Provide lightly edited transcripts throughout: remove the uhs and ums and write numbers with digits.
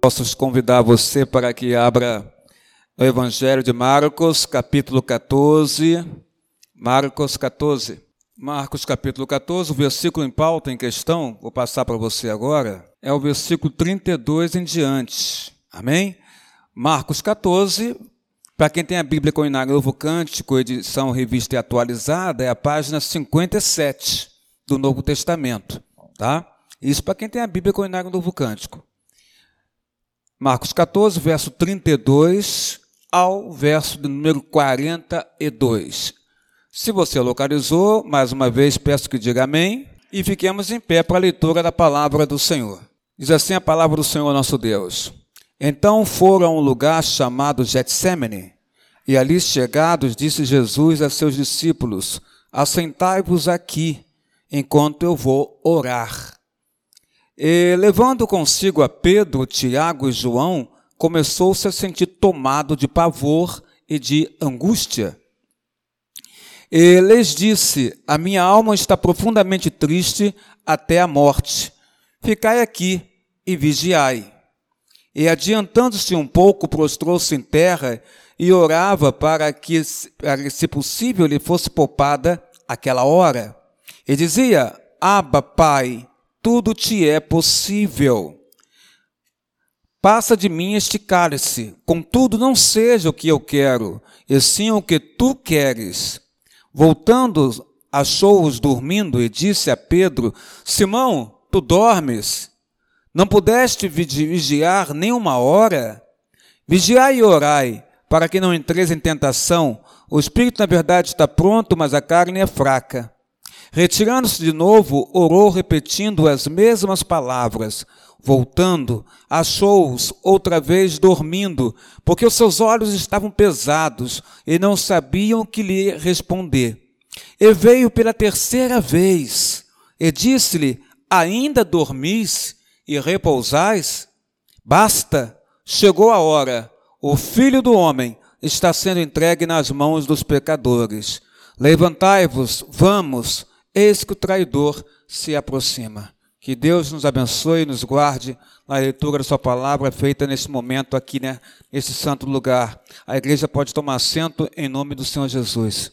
Posso convidar você para que abra o Evangelho de Marcos, capítulo 14. Marcos 14. Marcos, capítulo 14, o versículo em pauta em questão, vou passar para você agora, é o versículo 32 em diante. Amém? Marcos 14, para quem tem a Bíblia com o Inário Novo Cântico, edição revista e atualizada, é a página 57 do Novo Testamento. Tá? Isso para quem tem a Bíblia com o Inário Novo Cântico. Marcos 14, verso 32 ao verso de número 42. Se você localizou, mais uma vez peço que diga amém e fiquemos em pé para a leitura da palavra do Senhor. Diz assim a palavra do Senhor nosso Deus. Então foram a um lugar chamado Getsêmani, e ali chegados disse Jesus a seus discípulos: assentai-vos aqui, enquanto eu vou orar. E, levando consigo a Pedro, Tiago e João, começou-se a sentir tomado de pavor e de angústia. E lhes disse: a minha alma está profundamente triste até a morte. Ficai aqui e vigiai. E adiantando-se um pouco, prostrou-se em terra e orava para que, se possível, lhe fosse poupada aquela hora. E dizia: Abba, Pai, tudo te é possível. Passa de mim este cálice, contudo não seja o que eu quero, e sim o que tu queres. Voltando, achou-os dormindo e disse a Pedro: Simão, tu dormes? Não pudeste vigiar nem uma hora? Vigiai e orai, para que não entreis em tentação. O espírito, na verdade, está pronto, mas a carne é fraca. Retirando-se de novo, orou repetindo as mesmas palavras. Voltando, achou-os outra vez dormindo, porque os seus olhos estavam pesados e não sabiam o que lhe responder. E veio pela terceira vez e disse-lhe: ainda dormis e repousais? Basta, chegou a hora, o Filho do Homem está sendo entregue nas mãos dos pecadores. Levantai-vos, vamos, eis que o traidor se aproxima. Que Deus nos abençoe e nos guarde na leitura da sua palavra feita nesse momento aqui, nesse santo lugar. A igreja pode tomar assento em nome do Senhor Jesus.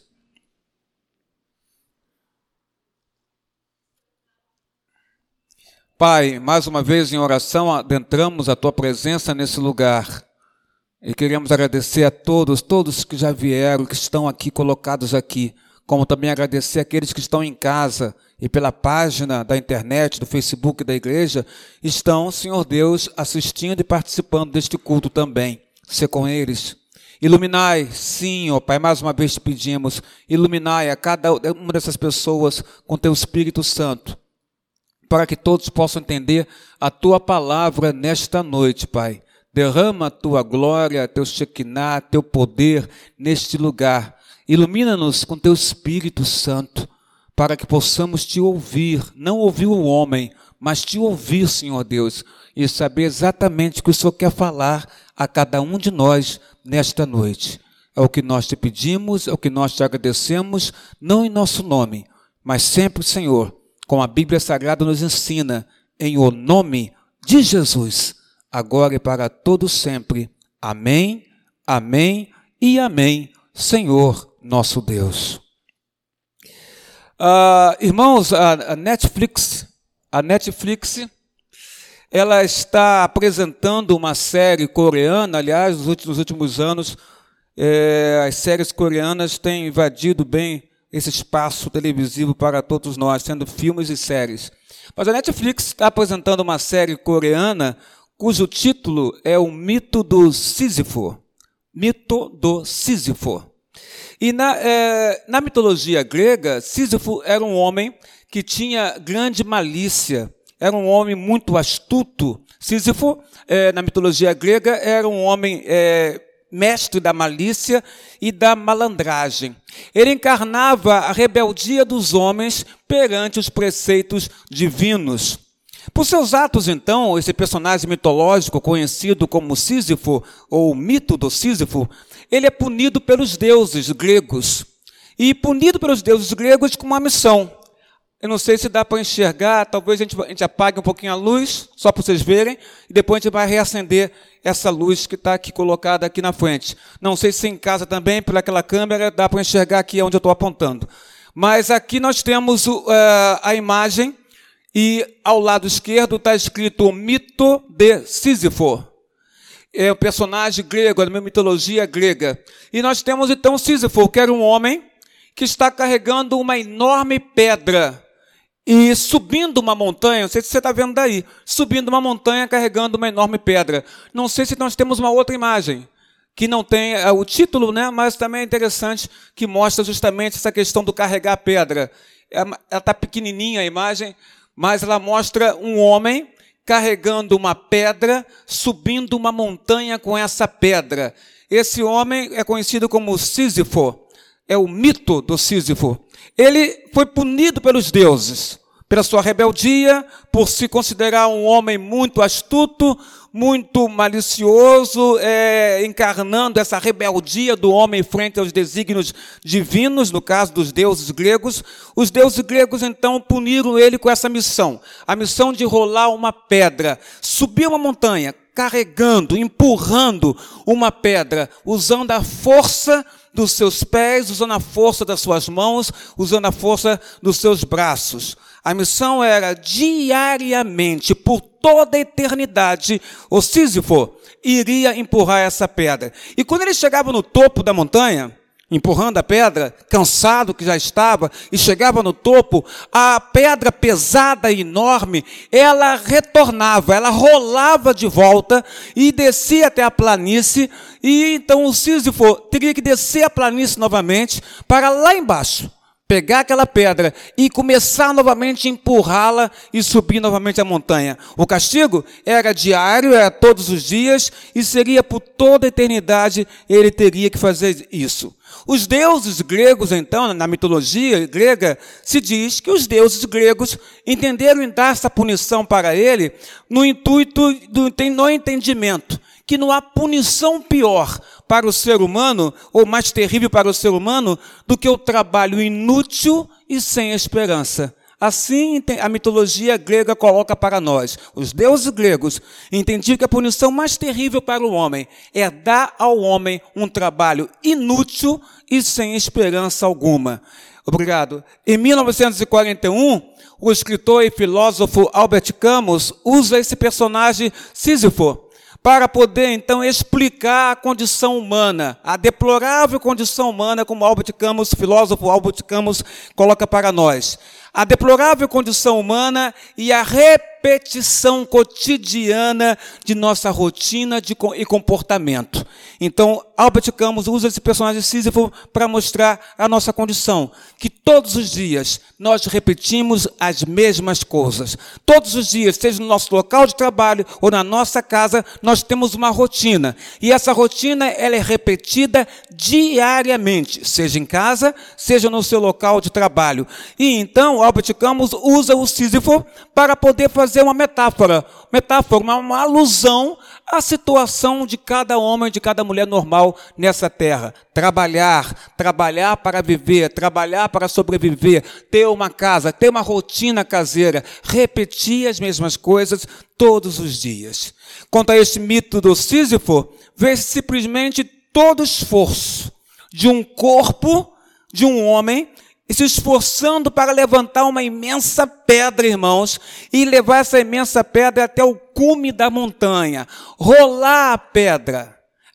Pai, mais uma vez em oração, adentramos a tua presença nesse lugar. E queremos agradecer a todos que já vieram, que estão aqui, colocados aqui. Como também agradecer àqueles que estão em casa e pela página da internet, do Facebook da igreja, estão, Senhor Deus, assistindo e participando deste culto também. Ser com eles. Iluminai, sim, ó Pai, mais uma vez te pedimos, iluminai a cada uma dessas pessoas com teu Espírito Santo, para que todos possam entender a tua palavra nesta noite, Pai. Derrama a tua glória, teu Shekinah, teu poder neste lugar. Ilumina-nos com teu Espírito Santo, para que possamos te ouvir, não ouvir o homem, mas te ouvir, Senhor Deus, e saber exatamente o que o Senhor quer falar a cada um de nós nesta noite. É o que nós te pedimos, é o que nós te agradecemos, não em nosso nome, mas sempre, Senhor, como a Bíblia Sagrada nos ensina, em o nome de Jesus, agora e para todo sempre. Amém, amém e amém, Senhor nosso Deus. Irmãos, a Netflix, ela está apresentando uma série coreana. Aliás, nos últimos anos, as séries coreanas têm invadido bem esse espaço televisivo para todos nós, sendo filmes e séries. Mas a Netflix está apresentando uma série coreana cujo título é o Mito do Sísifo. Mito do Sísifo. E na mitologia grega, Sísifo era um homem que tinha grande malícia, era um homem muito astuto. Sísifo, na mitologia grega, era um homem mestre da malícia e da malandragem. Ele encarnava a rebeldia dos homens perante os preceitos divinos. Por seus atos, então, esse personagem mitológico conhecido como Sísifo, ou mito do Sísifo, ele é punido pelos deuses gregos. E punido pelos deuses gregos com uma missão. Eu não sei se dá para enxergar, talvez a gente apague um pouquinho a luz, só para vocês verem, e depois a gente vai reacender essa luz que está aqui colocada aqui na frente. Não sei se em casa também, pelaquela câmera, dá para enxergar aqui onde eu estou apontando. Mas aqui nós temos a imagem, e ao lado esquerdo está escrito o mito de Sísifo. É um personagem grego, é uma mitologia grega. E nós temos então Sísifo, que era um homem que está carregando uma enorme pedra e subindo uma montanha. Não sei se você está vendo daí, subindo uma montanha carregando uma enorme pedra. Não sei se nós temos uma outra imagem que não tem o título, né? Mas também é interessante, que mostra justamente essa questão do carregar a pedra. Ela está pequenininha a imagem, mas ela mostra um homem carregando uma pedra, subindo uma montanha com essa pedra. Esse homem é conhecido como Sísifo. É o mito do Sísifo. Ele foi punido pelos deuses, pela sua rebeldia, por se considerar um homem muito astuto, muito malicioso, encarnando essa rebeldia do homem frente aos desígnios divinos, no caso dos deuses gregos. Os deuses gregos, então, puniram ele com essa missão, a missão de rolar uma pedra, subir uma montanha, carregando, empurrando uma pedra, usando a força dos seus pés, usando a força das suas mãos, usando a força dos seus braços. A missão era diariamente, por toda a eternidade, o Sísifo iria empurrar essa pedra. E quando ele chegava no topo da montanha, empurrando a pedra, cansado que já estava, e chegava no topo, a pedra pesada e enorme, ela retornava, ela rolava de volta e descia até a planície, e então o Sísifo teria que descer a planície novamente para lá embaixo, pegar aquela pedra e começar novamente a empurrá-la e subir novamente a montanha. O castigo era diário, era todos os dias, e seria por toda a eternidade ele teria que fazer isso. Os deuses gregos, então, na mitologia grega, se diz que os deuses gregos entenderam em dar essa punição para ele no intuito, no entendimento, que não há punição pior para o ser humano, ou mais terrível para o ser humano, do que o trabalho inútil e sem esperança. Assim a mitologia grega coloca para nós. Os deuses gregos entendiam que a punição mais terrível para o homem é dar ao homem um trabalho inútil e sem esperança alguma. Obrigado. Em 1941, o escritor e filósofo Albert Camus usa esse personagem Sísifo para poder, então, explicar a condição humana, a deplorável condição humana, como Albert Camus, filósofo Albert Camus, coloca para nós. A deplorável condição humana e a repetição cotidiana de nossa rotina e comportamento. Então, Albert Camus usa esse personagem Sísifo para mostrar a nossa condição, que todos os dias nós repetimos as mesmas coisas. Todos os dias, seja no nosso local de trabalho ou na nossa casa, nós temos uma rotina. E essa rotina ela é repetida diariamente, seja em casa, seja no seu local de trabalho. E então, Albert Camus usa o Sísifo para poder fazer uma metáfora, uma alusão à situação de cada homem, de cada mulher normal nessa terra. Trabalhar para viver, trabalhar para sobreviver, ter uma casa, ter uma rotina caseira, repetir as mesmas coisas todos os dias. Quanto a este mito do Sísifo, vê simplesmente todo o esforço de um corpo, de um homem, se esforçando para levantar uma imensa pedra, irmãos, e levar essa imensa pedra até o cume da montanha, rolar a pedra,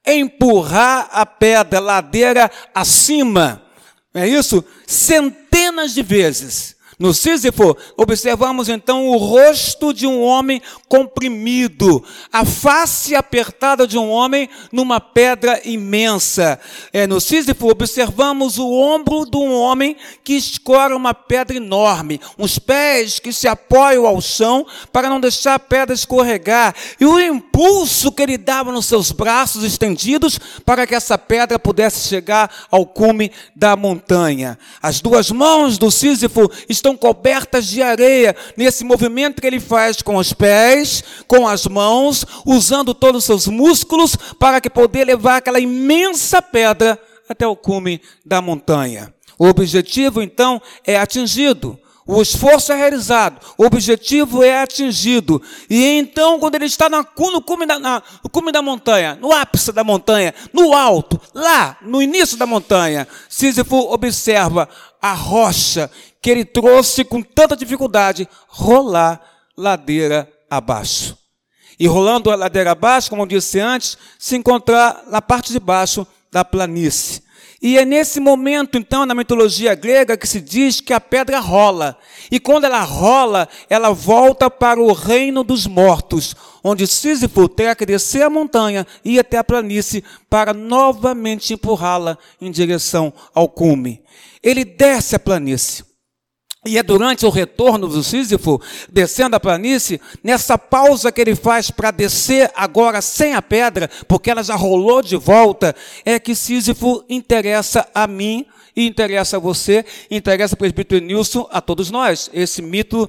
empurrar a pedra ladeira acima, é isso? Centenas de vezes. No Sísifo, observamos então o rosto de um homem comprimido, a face apertada de um homem numa pedra imensa. No Sísifo, observamos o ombro de um homem que escora uma pedra enorme, uns pés que se apoiam ao chão para não deixar a pedra escorregar, e o impulso que ele dava nos seus braços estendidos para que essa pedra pudesse chegar ao cume da montanha. As duas mãos do Sísifo estão cobertas de areia, nesse movimento que ele faz com os pés, com as mãos, usando todos os seus músculos para que poder levar aquela imensa pedra até o cume da montanha. O objetivo, então, é atingido. O esforço é realizado, o objetivo é atingido. E então, quando ele está no cume da montanha, no ápice da montanha, no alto, lá, no início da montanha, Sísifo observa a rocha que ele trouxe com tanta dificuldade rolar ladeira abaixo. E rolando a ladeira abaixo, como eu disse antes, se encontrar na parte de baixo da planície. E é nesse momento, então, na mitologia grega, que se diz que a pedra rola. E quando ela rola, ela volta para o reino dos mortos, onde Sísifo terá que descer a montanha e ir até a planície para novamente empurrá-la em direção ao cume. Ele desce a planície. E é durante o retorno do Sísifo, descendo a planície, nessa pausa que ele faz para descer agora sem a pedra, porque ela já rolou de volta, é que Sísifo interessa a mim, e interessa a você, interessa ao presbítero Nilson, a todos nós, esse mito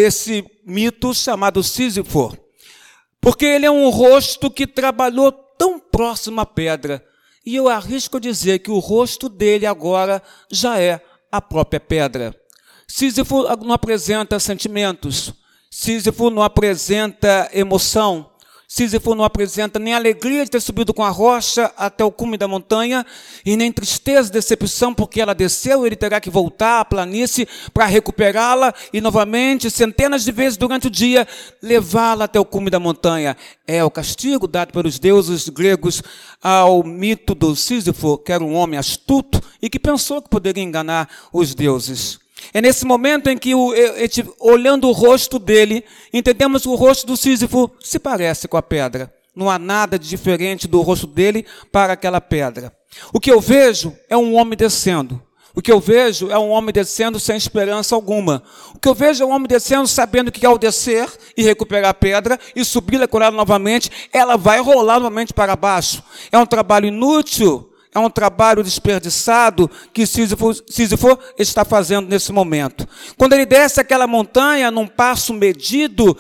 chamado Sísifo. Porque ele é um rosto que trabalhou tão próximo à pedra, e eu arrisco dizer que o rosto dele agora já é a própria pedra. Sísifo não apresenta sentimentos, Sísifo não apresenta emoção, Sísifo não apresenta nem alegria de ter subido com a rocha até o cume da montanha, e nem tristeza, decepção, porque ela desceu, ele terá que voltar à planície para recuperá-la, e novamente, centenas de vezes durante o dia, levá-la até o cume da montanha. É o castigo dado pelos deuses gregos ao mito do Sísifo, que era um homem astuto e que pensou que poderia enganar os deuses. É nesse momento em que, olhando o rosto dele, entendemos que o rosto do Sísifo se parece com a pedra. Não há nada de diferente do rosto dele para aquela pedra. O que eu vejo é um homem descendo. O que eu vejo é um homem descendo sem esperança alguma. O que eu vejo é um homem descendo sabendo que ao descer e recuperar a pedra e subir com ela novamente, ela vai rolar novamente para baixo. É um trabalho inútil. É um trabalho desperdiçado que Sísifo está fazendo nesse momento. Quando ele desce aquela montanha num passo medido,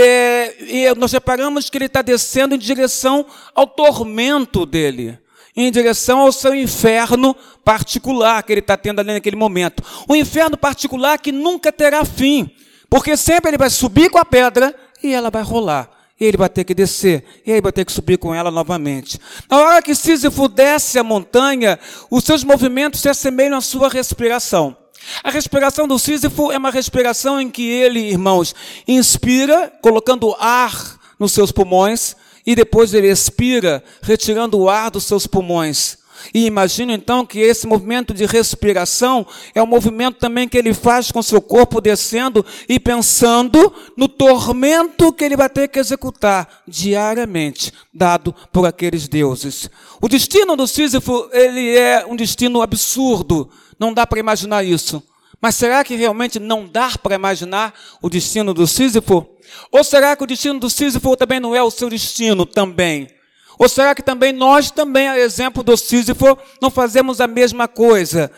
nós reparamos que ele está descendo em direção ao tormento dele, em direção ao seu inferno particular que ele está tendo ali naquele momento. Um inferno particular que nunca terá fim, porque sempre ele vai subir com a pedra e ela vai rolar. E ele vai ter que descer, e aí vai ter que subir com ela novamente. Na hora que Sísifo desce a montanha, os seus movimentos se assemelham à sua respiração. A respiração do Sísifo é uma respiração em que ele, irmãos, inspira, colocando ar nos seus pulmões, e depois ele expira, retirando o ar dos seus pulmões. E imagino então que esse movimento de respiração é um movimento também que ele faz com seu corpo descendo e pensando no tormento que ele vai ter que executar diariamente, dado por aqueles deuses. O destino do Sísifo, ele é um destino absurdo, não dá para imaginar isso. Mas será que realmente não dá para imaginar o destino do Sísifo? Ou será que o destino do Sísifo também não é o seu destino também? Ou será que também nós, a exemplo do Sísifo, não fazemos a mesma coisa?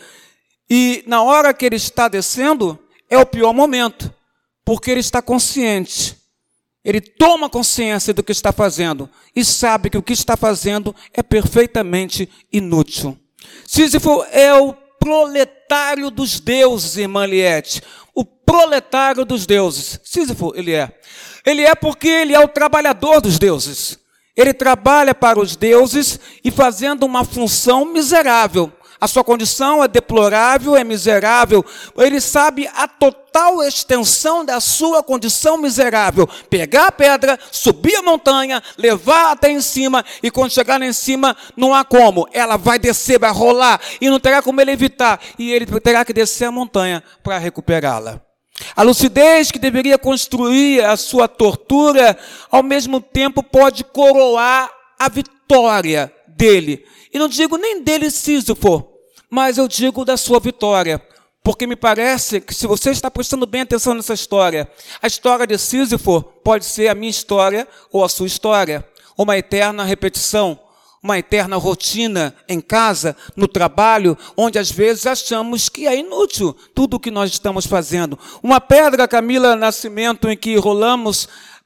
E na hora que ele está descendo, é o pior momento, porque ele está consciente. Ele toma consciência do que está fazendo e sabe que o que está fazendo é perfeitamente inútil. Sísifo é o proletário dos deuses, irmã Liette. O proletário dos deuses. Sísifo, ele é. Ele é porque ele é o trabalhador dos deuses. Ele trabalha para os deuses e fazendo uma função miserável. A sua condição é deplorável, é miserável. Ele sabe a total extensão da sua condição miserável. Pegar a pedra, subir a montanha, levar até em cima, e quando chegar lá em cima, não há como. Ela vai descer, vai rolar, e não terá como ele evitar. E ele terá que descer a montanha para recuperá-la. A lucidez que deveria construir a sua tortura, ao mesmo tempo pode coroar a vitória dele. E não digo nem dele, Sísifo, mas eu digo da sua vitória. Porque me parece que se você está prestando bem atenção nessa história, a história de Sísifo pode ser a minha história ou a sua história. Uma eterna repetição. Uma eterna rotina em casa, no trabalho, onde às vezes achamos que é inútil tudo o que nós estamos fazendo. Uma pedra, Camila Nascimento, em que rolamos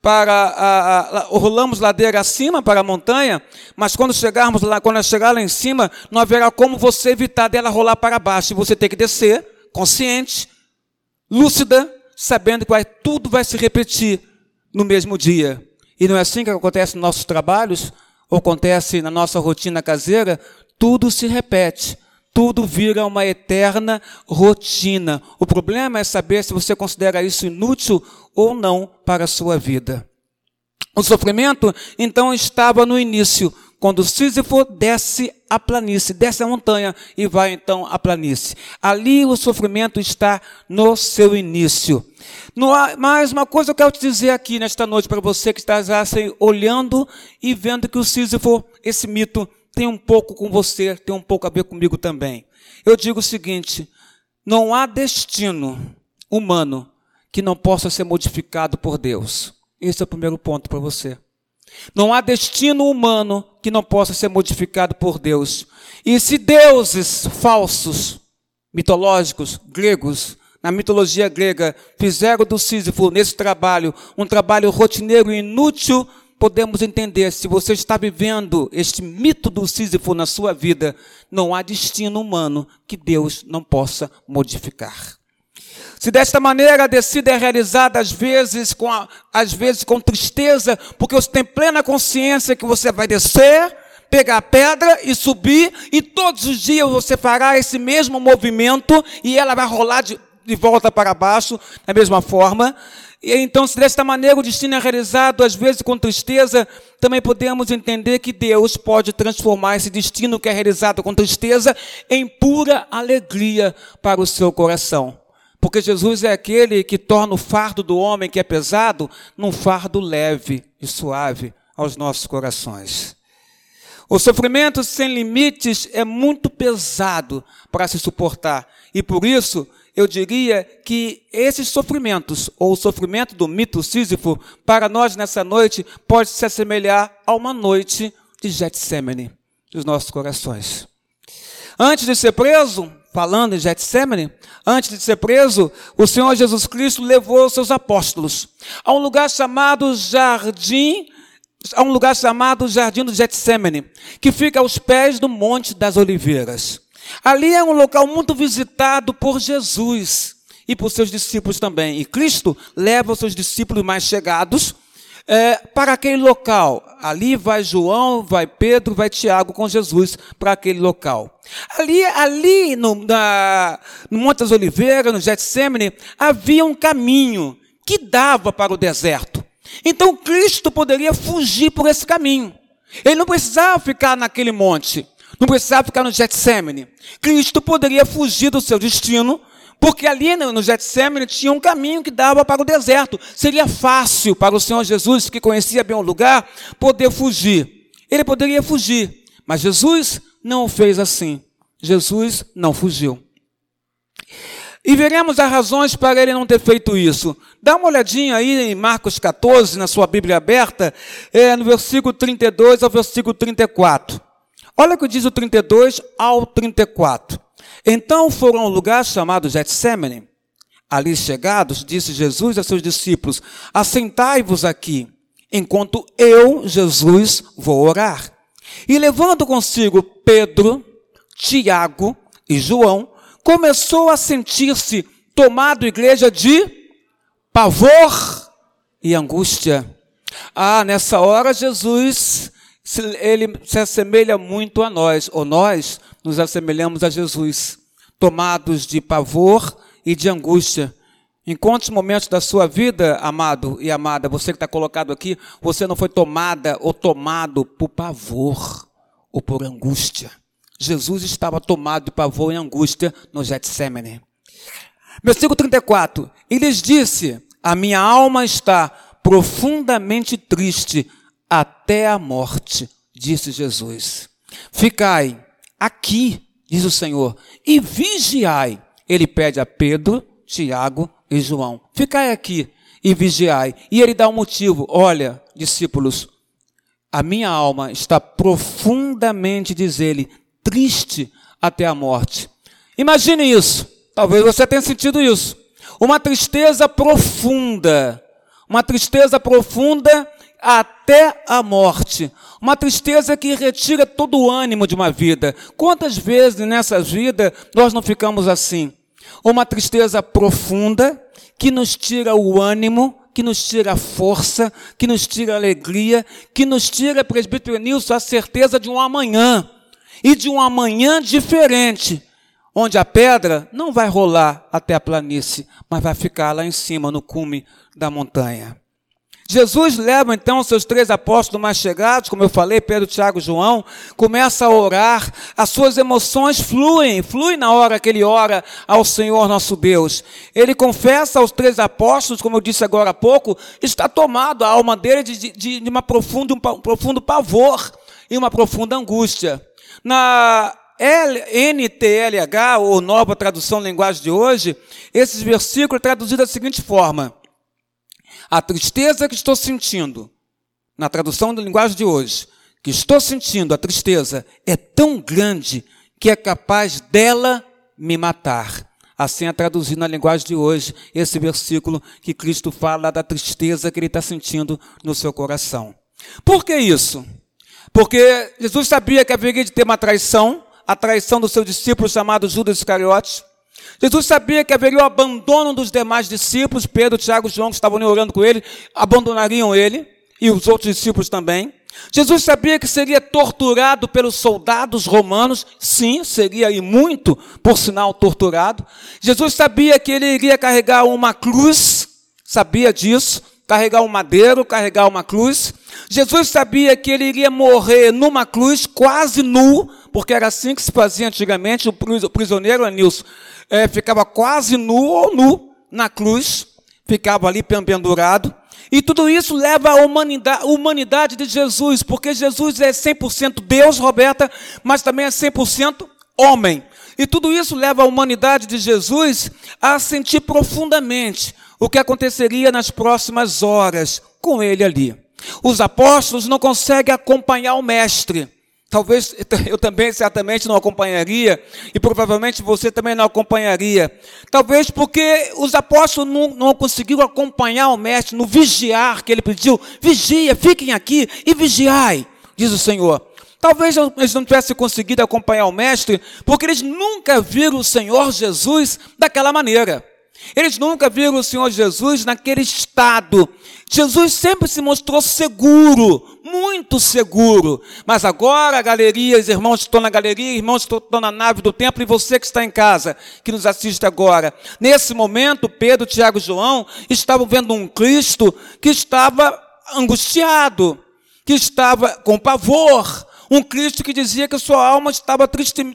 ladeira acima para a montanha, mas quando chegar lá em cima, não haverá como você evitar dela rolar para baixo, e você tem que descer, consciente, lúcida, sabendo que tudo vai se repetir no mesmo dia. E não é assim que acontece nos nossos trabalhos, ou acontece na nossa rotina caseira, tudo se repete. Tudo vira uma eterna rotina. O problema é saber se você considera isso inútil ou não para a sua vida. O sofrimento, então, estava no início, quando Sísifo desce a planície, desce a montanha e vai, então, à planície. Ali o sofrimento está no seu início. Mas uma coisa eu quero te dizer aqui nesta noite, para você que está olhando e vendo que o Sísifo, esse mito, tem um pouco com você, tem um pouco a ver comigo também. Eu digo o seguinte: não há destino humano que não possa ser modificado por Deus. Esse é o primeiro ponto para você. Não há destino humano que não possa ser modificado por Deus. E se deuses falsos, mitológicos, gregos, na mitologia grega, fizeram do Sísifo, nesse trabalho, um trabalho rotineiro e inútil, podemos entender, se você está vivendo este mito do Sísifo na sua vida, não há destino humano que Deus não possa modificar. Se desta maneira a descida é realizada às vezes com tristeza, porque você tem plena consciência que você vai descer, pegar a pedra e subir, e todos os dias você fará esse mesmo movimento e ela vai rolar de volta para baixo da mesma forma. E então, se desta maneira o destino é realizado, às vezes com tristeza, também podemos entender que Deus pode transformar esse destino que é realizado com tristeza em pura alegria para o seu coração. Porque Jesus é aquele que torna o fardo do homem que é pesado num fardo leve e suave aos nossos corações. O sofrimento sem limites é muito pesado para se suportar. E por isso, eu diria que esses sofrimentos, ou o sofrimento do mito Sísifo, para nós nessa noite, pode se assemelhar a uma noite de Getsêmani dos nossos corações. Antes de ser preso, falando em Getsêmani, antes de ser preso, o Senhor Jesus Cristo levou os seus apóstolos a um lugar chamado Jardim do Getsêmani, que fica aos pés do Monte das Oliveiras. Ali é um local muito visitado por Jesus e por seus discípulos também. E Cristo leva os seus discípulos mais chegados para aquele local. Ali vai João, vai Pedro, vai Tiago com Jesus para aquele local. Ali no Monte das Oliveiras, no Getsêmani, havia um caminho que dava para o deserto. Então Cristo poderia fugir por esse caminho. Ele não precisava ficar naquele monte. Não precisava ficar no Getsêmani. Cristo poderia fugir do seu destino, porque ali no Getsêmani tinha um caminho que dava para o deserto. Seria fácil para o Senhor Jesus, que conhecia bem o lugar, poder fugir. Ele poderia fugir, mas Jesus não o fez assim. Jesus não fugiu. E veremos as razões para ele não ter feito isso. Dá uma olhadinha aí em Marcos 14, na sua Bíblia aberta, no versículo 32 ao versículo 34. Olha o que diz o 32 ao 34. Então foram a um lugar chamado Getsêmani. Ali chegados, disse Jesus a seus discípulos: assentai-vos aqui, enquanto eu, Jesus, vou orar. E levando consigo Pedro, Tiago e João, começou a sentir-se tomado, igreja, de pavor e angústia. Nessa hora Jesus, ele se assemelha muito a nós, ou nós nos assemelhamos a Jesus, tomados de pavor e de angústia. Em quantos momentos da sua vida, amado e amada, você que está colocado aqui, você não foi tomada ou tomado por pavor ou por angústia? Jesus estava tomado de pavor e angústia no Getsêmani. Versículo 34. E lhes disse: a minha alma está profundamente triste até a morte, disse Jesus. Ficai aqui, diz o Senhor, e vigiai. Ele pede a Pedro, Tiago e João: ficai aqui e vigiai. E ele dá um motivo: olha, discípulos, a minha alma está profundamente, diz ele, triste até a morte. Imagine isso. Talvez você tenha sentido isso. Uma tristeza profunda. Uma tristeza profunda até a morte. Uma tristeza que retira todo o ânimo de uma vida. Quantas vezes nessa vida nós não ficamos assim? Uma tristeza profunda que nos tira o ânimo, que nos tira a força, que nos tira a alegria, que nos tira, presbítero Nilson, a certeza de um amanhã. E de um amanhã diferente, onde a pedra não vai rolar até a planície, mas vai ficar lá em cima, no cume da montanha. Jesus leva então os seus 3 apóstolos mais chegados, como eu falei, Pedro, Tiago e João, começa a orar, as suas emoções fluem na hora que ele ora ao Senhor nosso Deus. Ele confessa aos 3 apóstolos, como eu disse agora há pouco, está tomado a alma dele de um profundo pavor e uma profunda angústia. Na NTLH, ou Nova Tradução Linguagem de Hoje, esses versículos traduzidos da seguinte forma: a tristeza que estou sentindo, na tradução da linguagem de hoje, que estou sentindo, a tristeza é tão grande que é capaz dela me matar. Assim é traduzido na linguagem de hoje, esse versículo que Cristo fala da tristeza que ele está sentindo no seu coração. Por que isso? Porque Jesus sabia que haveria de ter uma traição, a traição do seu discípulo chamado Judas Iscariote. Jesus sabia que haveria o abandono dos demais discípulos, Pedro, Tiago e João, que estavam orando com ele, abandonariam ele, e os outros discípulos também. Jesus sabia que seria torturado pelos soldados romanos, sim, seria e muito, por sinal, torturado. Jesus sabia que ele iria carregar uma cruz, sabia disso, carregar um madeiro, carregar uma cruz. Jesus sabia que ele iria morrer numa cruz, quase nu, porque era assim que se fazia antigamente, o prisioneiro, Nilson, ficava quase nu ou nu na cruz, ficava ali pendurado. E tudo isso leva à humanidade de Jesus, porque Jesus é 100% Deus, Roberta, mas também é 100% homem. E tudo isso leva a humanidade de Jesus a sentir profundamente o que aconteceria nas próximas horas com ele ali. Os apóstolos não conseguem acompanhar o mestre. Talvez eu também certamente não acompanharia, e provavelmente você também não acompanharia. Talvez porque os apóstolos não conseguiram acompanhar o mestre no vigiar que ele pediu. Vigia, fiquem aqui e vigiai, diz o Senhor. Talvez eles não tivessem conseguido acompanhar o mestre, porque eles nunca viram o Senhor Jesus daquela maneira. Eles nunca viram o Senhor Jesus naquele estado. Jesus sempre se mostrou seguro, muito seguro. Mas agora, galerias, irmãos que estão na galeria, irmãos que estão na nave do templo, e você que está em casa, que nos assiste agora. Nesse momento, Pedro, Tiago e João estavam vendo um Cristo que estava angustiado, que estava com pavor. Um Cristo que dizia que sua alma estava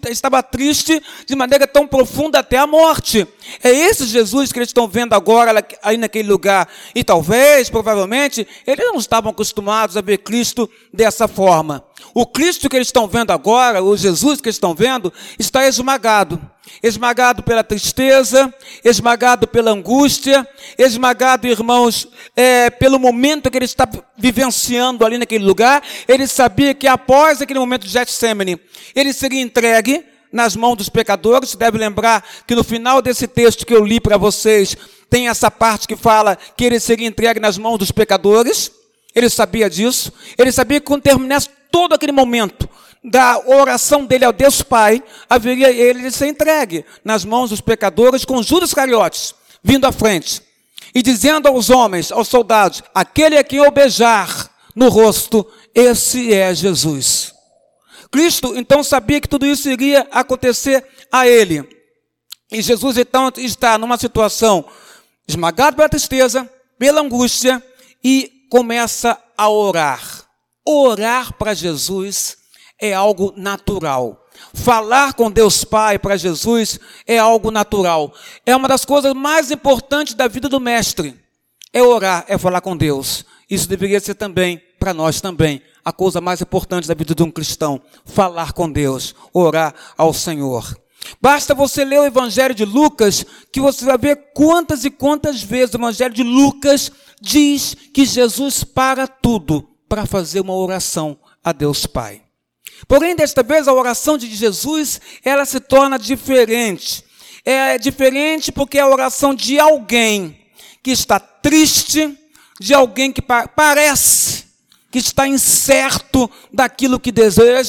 triste de maneira tão profunda até a morte. É esse Jesus que eles estão vendo agora aí naquele lugar. E talvez, provavelmente, eles não estavam acostumados a ver Cristo dessa forma. O Cristo que eles estão vendo agora, o Jesus que eles estão vendo, está esmagado. Esmagado pela tristeza, esmagado pela angústia, esmagado, irmãos, pelo momento que ele está vivenciando ali naquele lugar. Ele sabia que após aquele momento de Getsemane, ele seria entregue nas mãos dos pecadores. Você deve lembrar que no final desse texto que eu li para vocês, tem essa parte que fala que ele seria entregue nas mãos dos pecadores. Ele sabia disso. Ele sabia que quando terminasse todo aquele momento da oração dele ao Deus Pai, haveria ele de ser entregue nas mãos dos pecadores, com Judas Iscariotes vindo à frente e dizendo aos homens, aos soldados: aquele a quem eu beijar no rosto, esse é Jesus. Cristo então sabia que tudo isso iria acontecer a ele. E Jesus então está numa situação esmagado pela tristeza, pela angústia, e começa a orar. Orar para Jesus é algo natural. Falar com Deus Pai para Jesus é algo natural. É uma das coisas mais importantes da vida do mestre. É orar, é falar com Deus. Isso deveria ser também, para nós também, a coisa mais importante da vida de um cristão. Falar com Deus, orar ao Senhor. Basta você ler o Evangelho de Lucas, que você vai ver quantas e quantas vezes o Evangelho de Lucas diz que Jesus para tudo para fazer uma oração a Deus Pai. Porém, desta vez, a oração de Jesus, ela se torna diferente. É diferente porque é a oração de alguém que está triste, de alguém que parece que está incerto daquilo que deseja,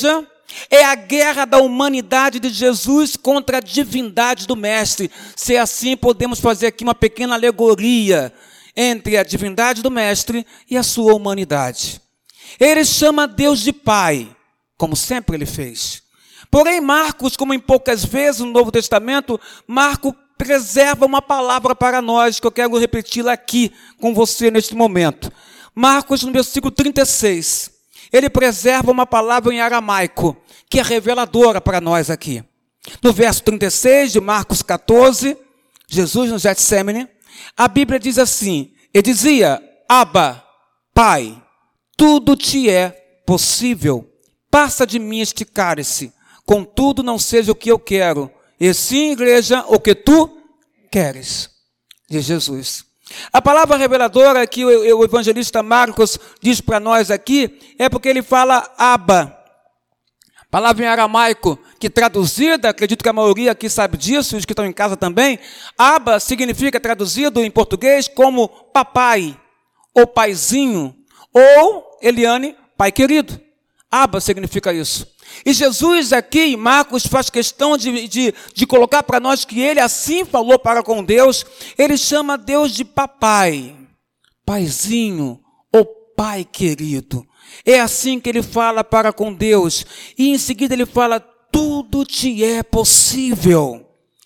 É a guerra da humanidade de Jesus contra a divindade do Mestre. Se é assim, podemos fazer aqui uma pequena alegoria entre a divindade do Mestre e a sua humanidade. Ele chama Deus de Pai, como sempre ele fez. Porém, Marcos, como em poucas vezes no Novo Testamento, Marcos preserva uma palavra para nós, que eu quero repeti-la aqui com você neste momento. Marcos, no versículo 36, ele preserva uma palavra em aramaico, que é reveladora para nós aqui. No verso 36 de Marcos 14, Jesus no Getsemane, a Bíblia diz assim, ele dizia, Abba, Pai, tudo te é possível, passa de mim este cálice, contudo não seja o que eu quero, e sim, igreja, o que tu queres, diz Jesus. A palavra reveladora que o evangelista Marcos diz para nós aqui, é porque ele fala Abba, palavra em aramaico, que traduzida, acredito que a maioria aqui sabe disso, os que estão em casa também, Abba significa traduzido em português como papai, ou paizinho, ou, Eliane, pai querido. Abba significa isso. E Jesus aqui, Marcos, faz questão de colocar para nós que ele assim falou para com Deus, ele chama Deus de papai, paizinho, ou pai querido. É assim que ele fala para com Deus. E em seguida ele fala, tudo te é possível.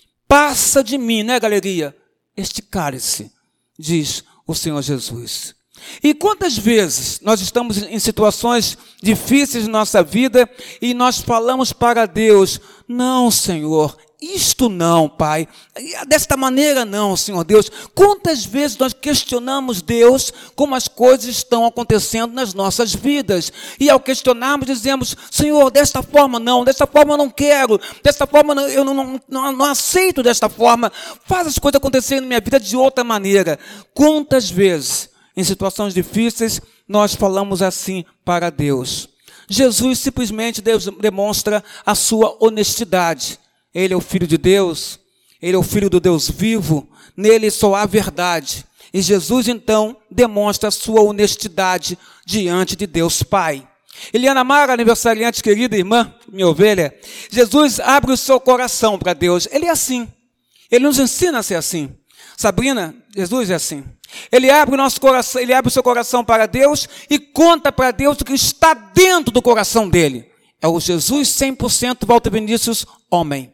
Passa de mim, né, galeria? Este cálice, diz o Senhor Jesus. E quantas vezes nós estamos em situações difíceis na nossa vida e nós falamos para Deus, não, Senhor, isto não, Pai, desta maneira não, Senhor Deus. Quantas vezes nós questionamos Deus como as coisas estão acontecendo nas nossas vidas. E ao questionarmos, dizemos, Senhor, desta forma eu não quero, desta forma eu não aceito desta forma. Faz as coisas acontecerem na minha vida de outra maneira. Quantas vezes, em situações difíceis, nós falamos assim para Deus. Jesus simplesmente demonstra a sua honestidade. Ele é o Filho de Deus, ele é o Filho do Deus vivo, nele só há verdade. E Jesus, então, demonstra a sua honestidade diante de Deus Pai. Eliana Mara, aniversariante, querida irmã, minha ovelha, Jesus abre o seu coração para Deus. Ele é assim. Ele nos ensina a ser assim. Sabrina, Jesus é assim. Ele abre o nosso coração, ele abre o seu coração para Deus e conta para Deus o que está dentro do coração dele. É o Jesus 100% Walter Vinícius, homem.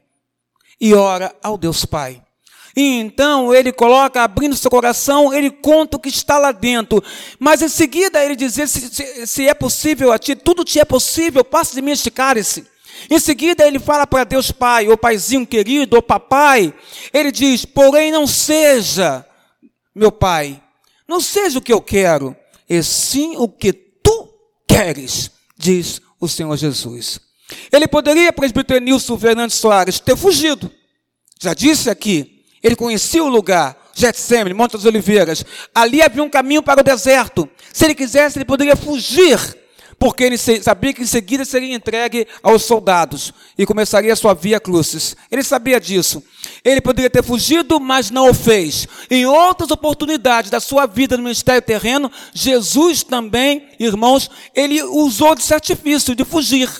E ora ao Deus Pai. E então ele coloca, abrindo seu coração, ele conta o que está lá dentro. Mas em seguida ele diz, se é possível a ti, tudo te é possível, passa de mim este cálice. Em seguida ele fala para Deus Pai, ou paizinho querido, ou papai. Ele diz, porém não seja, meu Pai, não seja o que eu quero, e sim o que tu queres, diz o Senhor Jesus. Ele poderia, presbítero Nilson Fernandes Soares, ter fugido. Já disse aqui, ele conhecia o lugar, Getsemane, Monte das Oliveiras. Ali havia um caminho para o deserto. Se ele quisesse, ele poderia fugir, porque ele sabia que em seguida seria entregue aos soldados e começaria a sua via crucis. Ele sabia disso. Ele poderia ter fugido, mas não o fez. Em outras oportunidades da sua vida no ministério terreno, Jesus também, irmãos, ele usou desse artifício de fugir.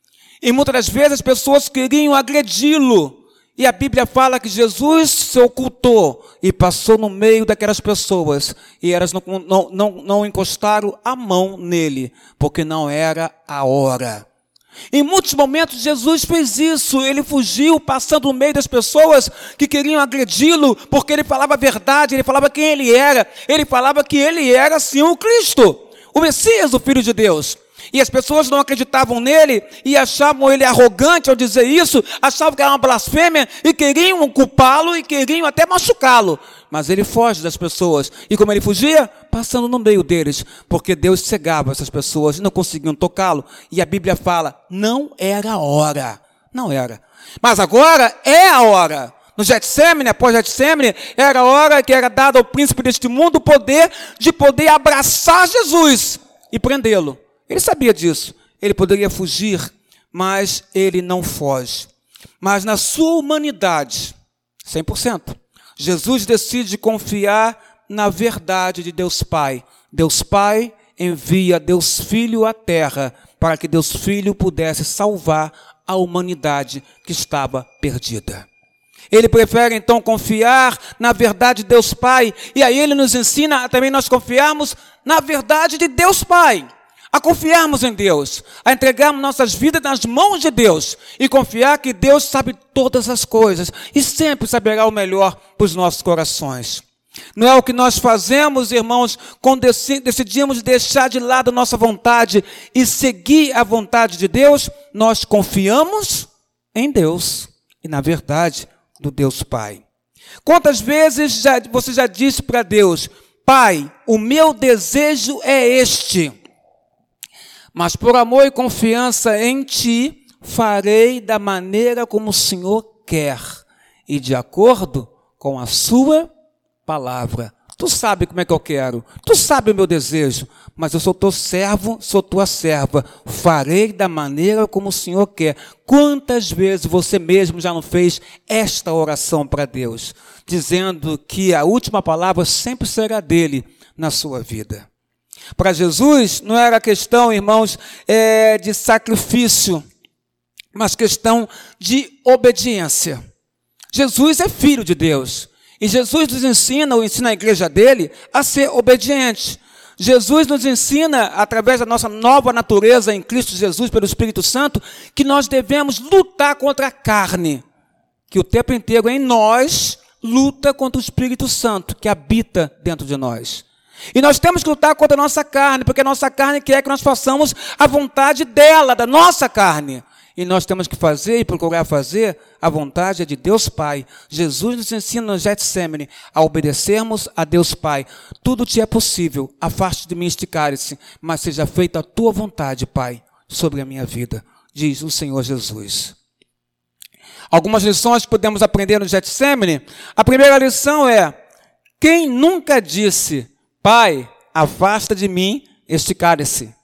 E muitas das vezes as pessoas queriam agredi-lo. E a Bíblia fala que Jesus se ocultou e passou no meio daquelas pessoas. E elas não encostaram a mão nele, porque não era a hora. Em muitos momentos Jesus fez isso. Ele fugiu passando no meio das pessoas que queriam agredi-lo, porque ele falava a verdade, ele falava quem ele era. Ele falava que ele era sim o Cristo, o Messias, o Filho de Deus. E as pessoas não acreditavam nele e achavam ele arrogante ao dizer isso, achavam que era uma blasfêmia e queriam culpá-lo e queriam até machucá-lo. Mas ele foge das pessoas. E como ele fugia? Passando no meio deles, porque Deus cegava essas pessoas e não conseguiam tocá-lo. E a Bíblia fala, não era a hora. Não era. Mas agora é a hora. No Getsemane, após Getsemane, era a hora que era dada ao príncipe deste mundo o poder de poder abraçar Jesus e prendê-lo. Ele sabia disso. Ele poderia fugir, mas ele não foge. Mas na sua humanidade, 100%, Jesus decide confiar na verdade de Deus Pai. Deus Pai envia Deus Filho à terra para que Deus Filho pudesse salvar a humanidade que estava perdida. Ele prefere então confiar na verdade de Deus Pai, e aí ele nos ensina a também nós confiarmos na verdade de Deus Pai, a confiarmos em Deus, a entregarmos nossas vidas nas mãos de Deus e confiar que Deus sabe todas as coisas e sempre saberá o melhor para os nossos corações. Não é o que nós fazemos, irmãos, quando decidimos deixar de lado a nossa vontade e seguir a vontade de Deus, nós confiamos em Deus e na verdade do Deus Pai. Quantas vezes você já disse para Deus: Pai, o meu desejo é este, mas por amor e confiança em Ti, farei da maneira como o Senhor quer e de acordo com a Sua palavra. Tu sabe como é que eu quero, tu sabe o meu desejo, mas eu sou teu servo, sou tua serva, farei da maneira como o Senhor quer. Quantas vezes você mesmo já não fez esta oração para Deus, dizendo que a última palavra sempre será dele na sua vida? Para Jesus não era questão, irmãos, de sacrifício, mas questão de obediência. Jesus é filho de Deus. E Jesus nos ensina, ou ensina a igreja dele, a ser obediente. Jesus nos ensina, através da nossa nova natureza em Cristo Jesus, pelo Espírito Santo, que nós devemos lutar contra a carne, que o tempo inteiro em nós luta contra o Espírito Santo, que habita dentro de nós. E nós temos que lutar contra a nossa carne, porque a nossa carne quer que nós façamos a vontade dela, da nossa carne. E nós temos que fazer e procurar fazer a vontade de Deus Pai. Jesus nos ensina no Getsemane a obedecermos a Deus Pai. Tudo te é possível, afaste de mim este cálice, mas seja feita a tua vontade, Pai, sobre a minha vida, diz o Senhor Jesus. Algumas lições que podemos aprender no Getsemane. A primeira lição é: quem nunca disse: Pai, afasta de mim este cálice?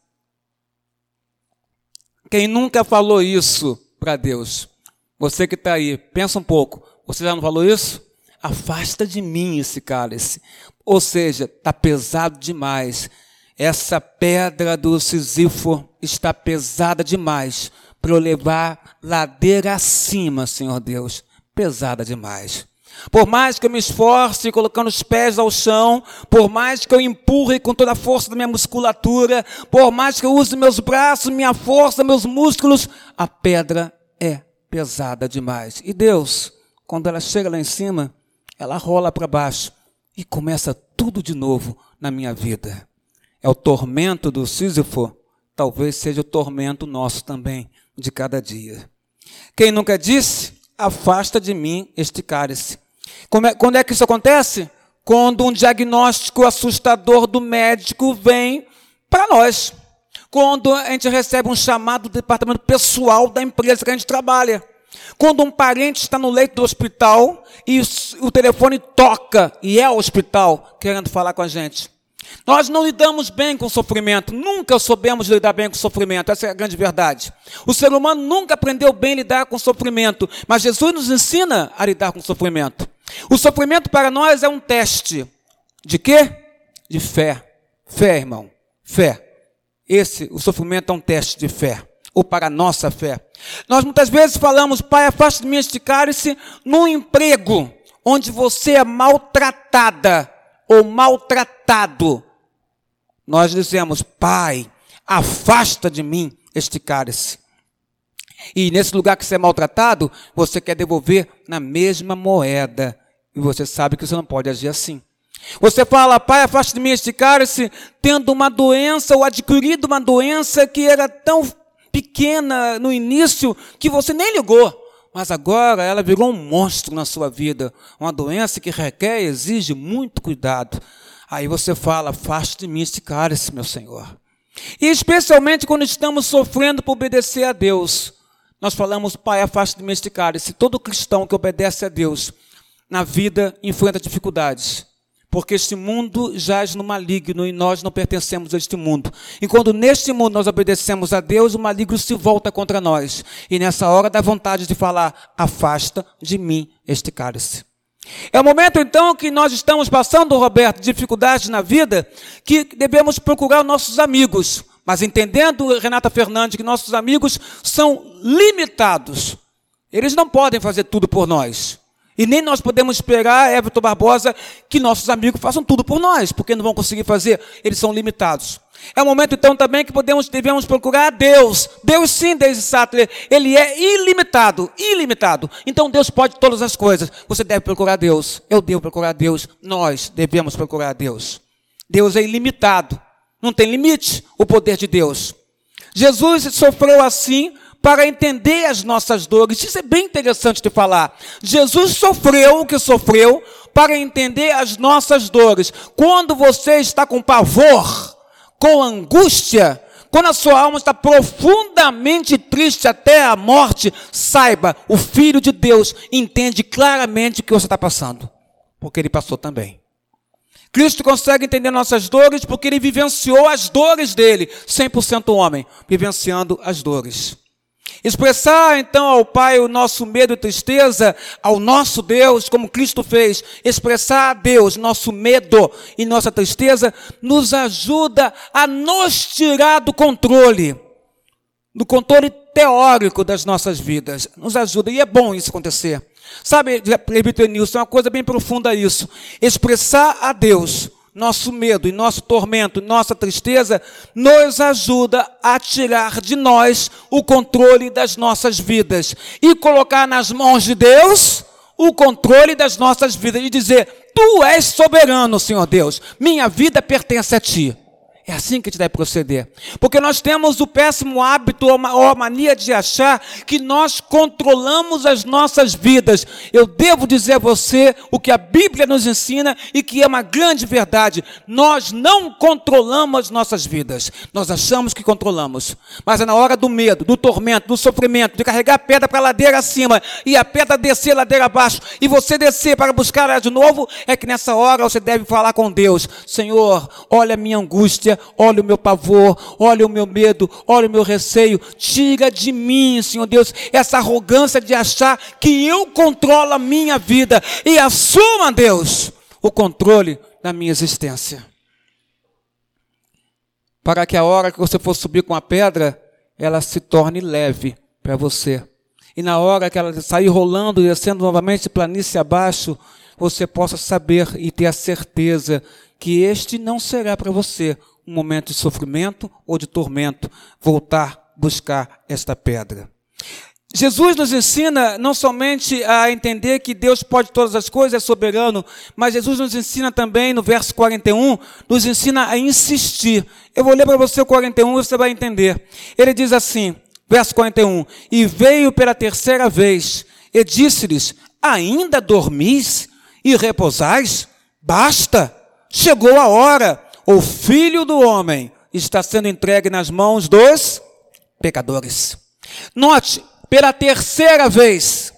Quem nunca falou isso para Deus? Você que está aí, pensa um pouco. Você já não falou isso? Afasta de mim esse cálice. Ou seja, está pesado demais. Essa pedra do Sísifo está pesada demais para eu levar ladeira acima, Senhor Deus. Pesada demais. Por mais que eu me esforce colocando os pés ao chão, por mais que eu empurre com toda a força da minha musculatura, por mais que eu use meus braços, minha força, meus músculos, a pedra é pesada demais. E Deus, quando ela chega lá em cima, ela rola para baixo e começa tudo de novo na minha vida. É o tormento do Sísifo, talvez seja o tormento nosso também, de cada dia. Quem nunca disse: afasta de mim este cálice. Quando é que isso acontece? Quando um diagnóstico assustador do médico vem para nós. Quando a gente recebe um chamado do departamento pessoal da empresa que a gente trabalha. Quando um parente está no leito do hospital e o telefone toca e é o hospital querendo falar com a gente. Nós não lidamos bem com o sofrimento, nunca soubemos lidar bem com o sofrimento, essa é a grande verdade. O ser humano nunca aprendeu bem a lidar com o sofrimento, mas Jesus nos ensina a lidar com o sofrimento. O sofrimento para nós é um teste. De quê? De fé. Fé, irmão. Fé. O sofrimento é um teste de fé, ou para a nossa fé. Nós muitas vezes falamos: Pai, afaste de mim este cálice, num emprego onde você é maltratada ou maltratado. Nós dizemos: Pai, afasta de mim este cálice. E nesse lugar que você é maltratado, você quer devolver na mesma moeda. E você sabe que você não pode agir assim. Você fala: Pai, afaste de mim este cálice, tendo uma doença ou adquirido uma doença que era tão pequena no início que você nem ligou. Mas agora ela virou um monstro na sua vida. Uma doença que requer e exige muito cuidado. Aí você fala: afaste de mim este cálice, meu Senhor. E especialmente quando estamos sofrendo por obedecer a Deus, nós falamos: Pai, afaste de mim este cálice. Todo cristão que obedece a Deus na vida enfrenta dificuldades, porque este mundo jaz no maligno e nós não pertencemos a este mundo. E quando neste mundo nós obedecemos a Deus, o maligno se volta contra nós. E nessa hora dá vontade de falar: afasta de mim este cálice. É o momento então que nós estamos passando, Roberto, dificuldades na vida, que devemos procurar nossos amigos. Mas entendendo, Renata Fernandes, que nossos amigos são limitados. Eles não podem fazer tudo por nós. E nem nós podemos esperar, Everton Barbosa, que nossos amigos façam tudo por nós, porque não vão conseguir fazer, eles são limitados. É um momento, então, também que devemos procurar a Deus. Deus, sim, Daisy Sattler, Ele é ilimitado, ilimitado. Então, Deus pode todas as coisas. Você deve procurar Deus. Eu devo procurar Deus. Nós devemos procurar Deus. Deus é ilimitado. Não tem limite o poder de Deus. Jesus sofreu assim para entender as nossas dores. Isso é bem interessante de falar. Jesus sofreu o que sofreu para entender as nossas dores. Quando você está com pavor, com angústia, quando a sua alma está profundamente triste até a morte, saiba, o Filho de Deus entende claramente o que você está passando, porque Ele passou também. Cristo consegue entender nossas dores porque Ele vivenciou as dores dele, 100% homem, vivenciando as dores. Expressar então ao Pai o nosso medo e tristeza, ao nosso Deus, como Cristo fez, expressar a Deus nosso medo e nossa tristeza, nos ajuda a nos tirar do controle teórico das nossas vidas, nos ajuda, e é bom isso acontecer. Sabe, presbítero Nilson, é uma coisa bem profunda isso, expressar a Deus nosso medo e nosso tormento, nossa tristeza, nos ajuda a tirar de nós o controle das nossas vidas e colocar nas mãos de Deus o controle das nossas vidas e dizer, Tu és soberano, Senhor Deus, minha vida pertence a Ti. É assim que a gente deve proceder. Porque nós temos o péssimo hábito ou a mania de achar que nós controlamos as nossas vidas. Eu devo dizer a você o que a Bíblia nos ensina e que é uma grande verdade. Nós não controlamos as nossas vidas. Nós achamos que controlamos. Mas é na hora do medo, do tormento, do sofrimento, de carregar a pedra para a ladeira acima e a pedra descer a ladeira abaixo e você descer para buscar ela de novo, é que nessa hora você deve falar com Deus. Senhor, olha a minha angústia, olha o meu pavor, olha o meu medo, olha o meu receio, tira de mim, Senhor Deus, essa arrogância de achar que eu controlo a minha vida e assuma, Deus, o controle da minha existência. Para que a hora que você for subir com a pedra, ela se torne leve para você. E na hora que ela sair rolando e descendo novamente planície abaixo, você possa saber e ter a certeza que este não será para você um momento de sofrimento ou de tormento, voltar buscar esta pedra. Jesus nos ensina não somente a entender que Deus pode todas as coisas, é soberano, mas Jesus nos ensina também, no verso 41, nos ensina a insistir. Eu vou ler para você o 41 e você vai entender. Ele diz assim, verso 41, e veio pela terceira vez e disse-lhes, ainda dormis e repousais? Basta, chegou a hora. O Filho do Homem está sendo entregue nas mãos dos pecadores. Note, pela terceira vez,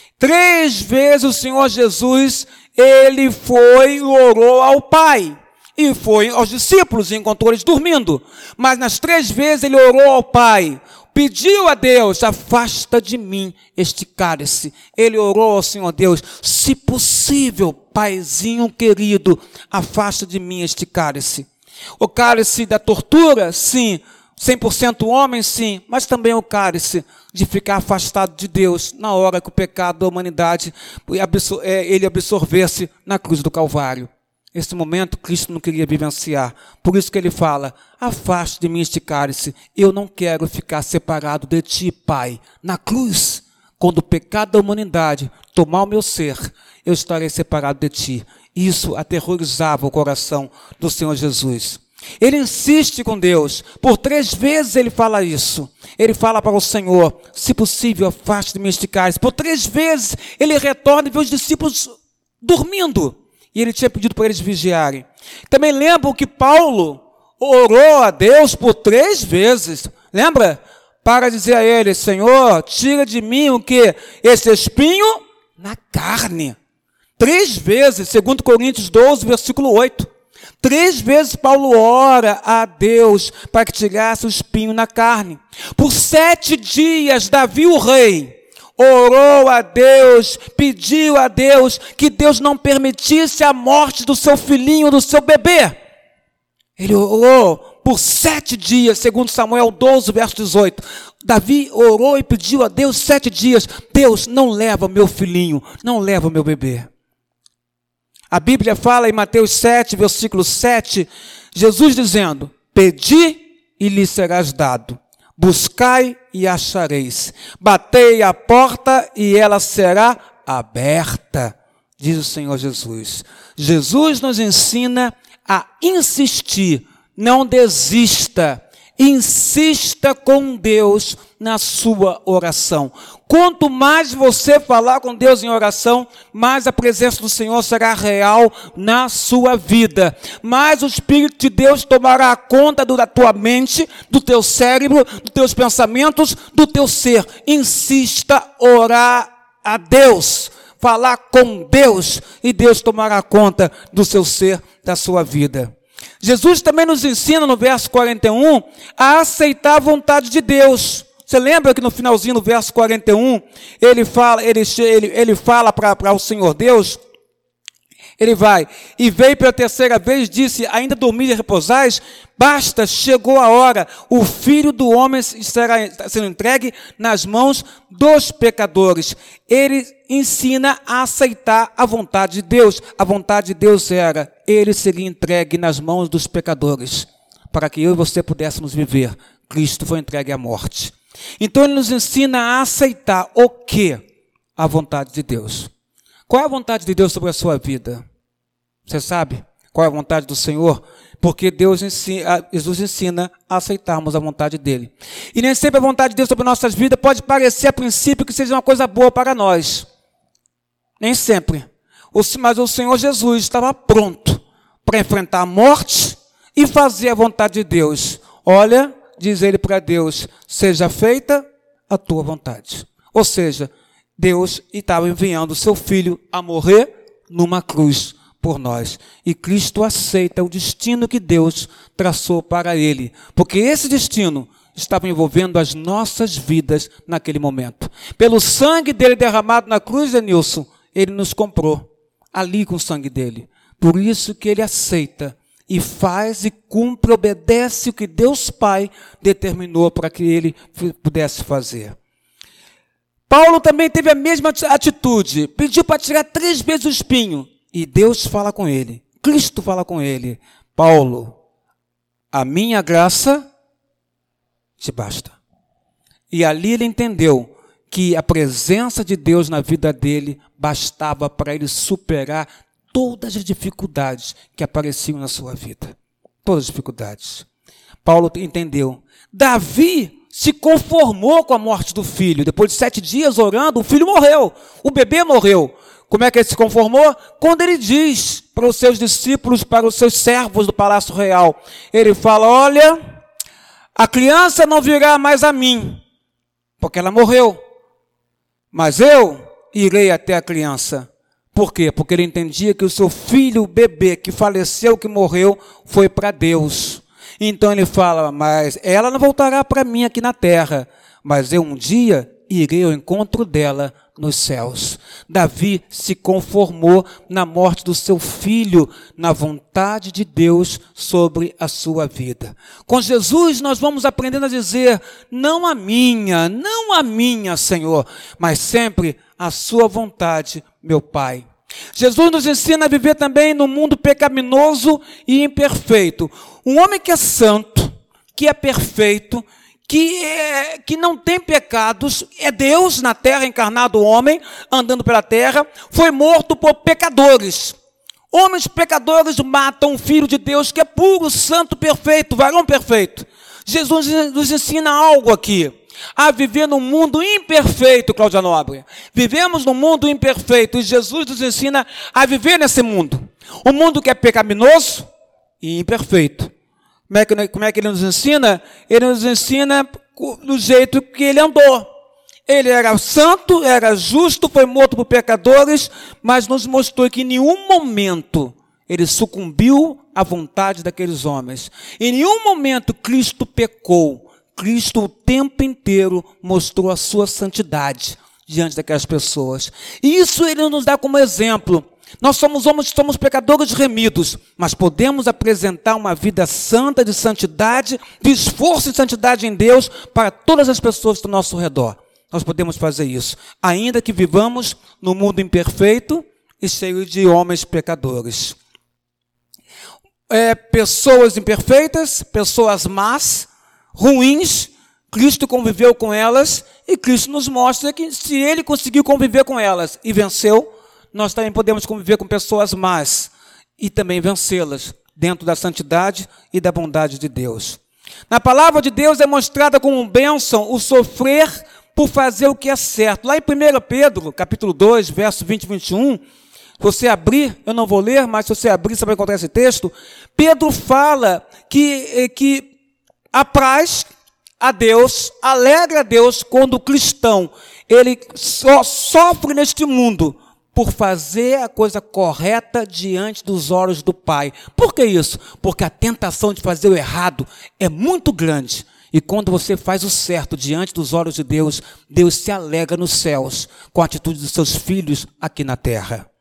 3 vezes o Senhor Jesus, Ele foi e orou ao Pai. E foi aos discípulos e encontrou eles dormindo. Mas nas 3 vezes Ele orou ao Pai. Pediu a Deus, afasta de mim este cálice. Ele orou ao Senhor Deus, se possível, Paizinho querido, afasta de mim este cálice. O cálice da tortura, sim, 100% homem, sim, mas também o cálice de ficar afastado de Deus na hora que o pecado da humanidade ele absorvesse na cruz do Calvário. Esse momento Cristo não queria vivenciar. Por isso que ele fala, afaste de mim este cálice. Eu não quero ficar separado de ti, Pai. Na cruz, quando o pecado da humanidade tomar o meu ser, eu estarei separado de ti. Isso aterrorizava o coração do Senhor Jesus. Ele insiste com Deus. Por 3 vezes ele fala isso. Ele fala para o Senhor, se possível, afaste de mim este cálice. Por 3 vezes ele retorna e vê os discípulos dormindo. E ele tinha pedido para eles vigiarem. Também lembram que Paulo orou a Deus por 3 vezes. Lembra? Para dizer a ele, Senhor, tira de mim o quê? Esse espinho na carne. 3 vezes, 2 Coríntios 12, versículo 8. 3 vezes Paulo ora a Deus para que tirasse o espinho na carne. Por 7 dias, Davi o rei orou a Deus, pediu a Deus que Deus não permitisse a morte do seu filhinho, do seu bebê. Ele orou por 7 dias, segundo Samuel 12, verso 18. Davi orou e pediu a Deus 7 dias. Deus, não leva meu filhinho, não leva meu bebê. A Bíblia fala em Mateus 7, versículo 7, Jesus dizendo: pedi e lhe serás dado. Buscai e achareis. Batei a porta e ela será aberta, diz o Senhor Jesus. Jesus nos ensina a insistir, não desista, insista com Deus na sua oração. Quanto mais você falar com Deus em oração, mais a presença do Senhor será real na sua vida. Mais o Espírito de Deus tomará conta da tua mente, do teu cérebro, dos teus pensamentos, do teu ser. Insista orar a Deus, falar com Deus, e Deus tomará conta do seu ser, da sua vida. Jesus também nos ensina no verso 41 a aceitar a vontade de Deus. Você lembra que no finalzinho do verso 41, ele fala para o Senhor Deus, ele vai, e veio pela 3ª vez, disse, ainda dormir e repousais? Basta, chegou a hora, o Filho do Homem será sendo entregue nas mãos dos pecadores. Ele ensina a aceitar a vontade de Deus. A vontade de Deus era, ele seria entregue nas mãos dos pecadores, para que eu e você pudéssemos viver. Cristo foi entregue à morte. Então ele nos ensina a aceitar o quê? A vontade de Deus. Qual é a vontade de Deus sobre a sua vida? Você sabe qual é a vontade do Senhor? Porque Jesus ensina a aceitarmos a vontade dele. E nem sempre a vontade de Deus sobre nossas vidas pode parecer a princípio que seja uma coisa boa para nós. Nem sempre. Mas o Senhor Jesus estava pronto para enfrentar a morte e fazer a vontade de Deus. Olha, diz ele para Deus, seja feita a tua vontade. Ou seja, Deus estava enviando o seu Filho a morrer numa cruz por nós. E Cristo aceita o destino que Deus traçou para ele. Porque esse destino estava envolvendo as nossas vidas naquele momento. Pelo sangue dele derramado na cruz, Denilson, ele nos comprou ali com o sangue dele. Por isso que ele aceita e faz e cumpre, obedece o que Deus Pai determinou para que ele pudesse fazer. Paulo também teve a mesma atitude. Pediu para tirar 3 vezes o espinho. E Deus fala com ele. Cristo fala com ele. Paulo, a minha graça te basta. E ali ele entendeu que a presença de Deus na vida dele bastava para ele superar todas as dificuldades que apareciam na sua vida. Todas as dificuldades. Paulo entendeu. Davi se conformou com a morte do filho. Depois de 7 dias orando, o filho morreu. O bebê morreu. Como é que ele se conformou? Quando ele diz para os seus discípulos, para os seus servos do palácio real, ele fala, olha, a criança não virá mais a mim, porque ela morreu. Mas eu irei até a criança. Por quê? Porque ele entendia que o seu filho, o bebê, que faleceu, que morreu, foi para Deus. Então ele fala, mas ela não voltará para mim aqui na terra, mas eu um dia irei ao encontro dela nos céus. Davi se conformou na morte do seu filho, na vontade de Deus sobre a sua vida. Com Jesus nós vamos aprendendo a dizer, não a minha, Senhor, mas sempre a sua vontade, meu Pai. Jesus nos ensina a viver também no mundo pecaminoso e imperfeito. Um homem que é santo, que é perfeito, que não tem pecados, é Deus na terra, encarnado homem, andando pela terra, foi morto por pecadores. Homens pecadores matam um filho de Deus que é puro, santo, perfeito, varão perfeito. Jesus nos ensina algo aqui, a viver num mundo imperfeito, Cláudia Nobre. Vivemos num mundo imperfeito e Jesus nos ensina a viver nesse mundo. Um mundo que é pecaminoso e imperfeito. Como é que ele nos ensina? Ele nos ensina do jeito que ele andou. Ele era santo, era justo, foi morto por pecadores, mas nos mostrou que em nenhum momento ele sucumbiu à vontade daqueles homens. Em nenhum momento Cristo pecou. Cristo o tempo inteiro mostrou a sua santidade diante daquelas pessoas. E isso ele nos dá como exemplo. Nós somos pecadores remidos, mas podemos apresentar uma vida santa, de santidade, de esforço e santidade em Deus para todas as pessoas do nosso redor. Nós podemos fazer isso, ainda que vivamos no mundo imperfeito e cheio de homens pecadores. Pessoas imperfeitas, pessoas más, ruins, Cristo conviveu com elas e Cristo nos mostra que se Ele conseguiu conviver com elas e venceu, nós também podemos conviver com pessoas más e também vencê-las dentro da santidade e da bondade de Deus. Na palavra de Deus é mostrada como bênção o sofrer por fazer o que é certo. Lá em 1 Pedro, capítulo 2, verso 20 e 21, se você abrir, eu não vou ler, mas se você abrir, você vai encontrar esse texto. Pedro fala que apraz a Deus, alegra a Deus quando o cristão, ele só sofre neste mundo por fazer a coisa correta diante dos olhos do Pai. Por que isso? Porque a tentação de fazer o errado é muito grande. E quando você faz o certo diante dos olhos de Deus, Deus se alegra nos céus com a atitude dos seus filhos aqui na terra.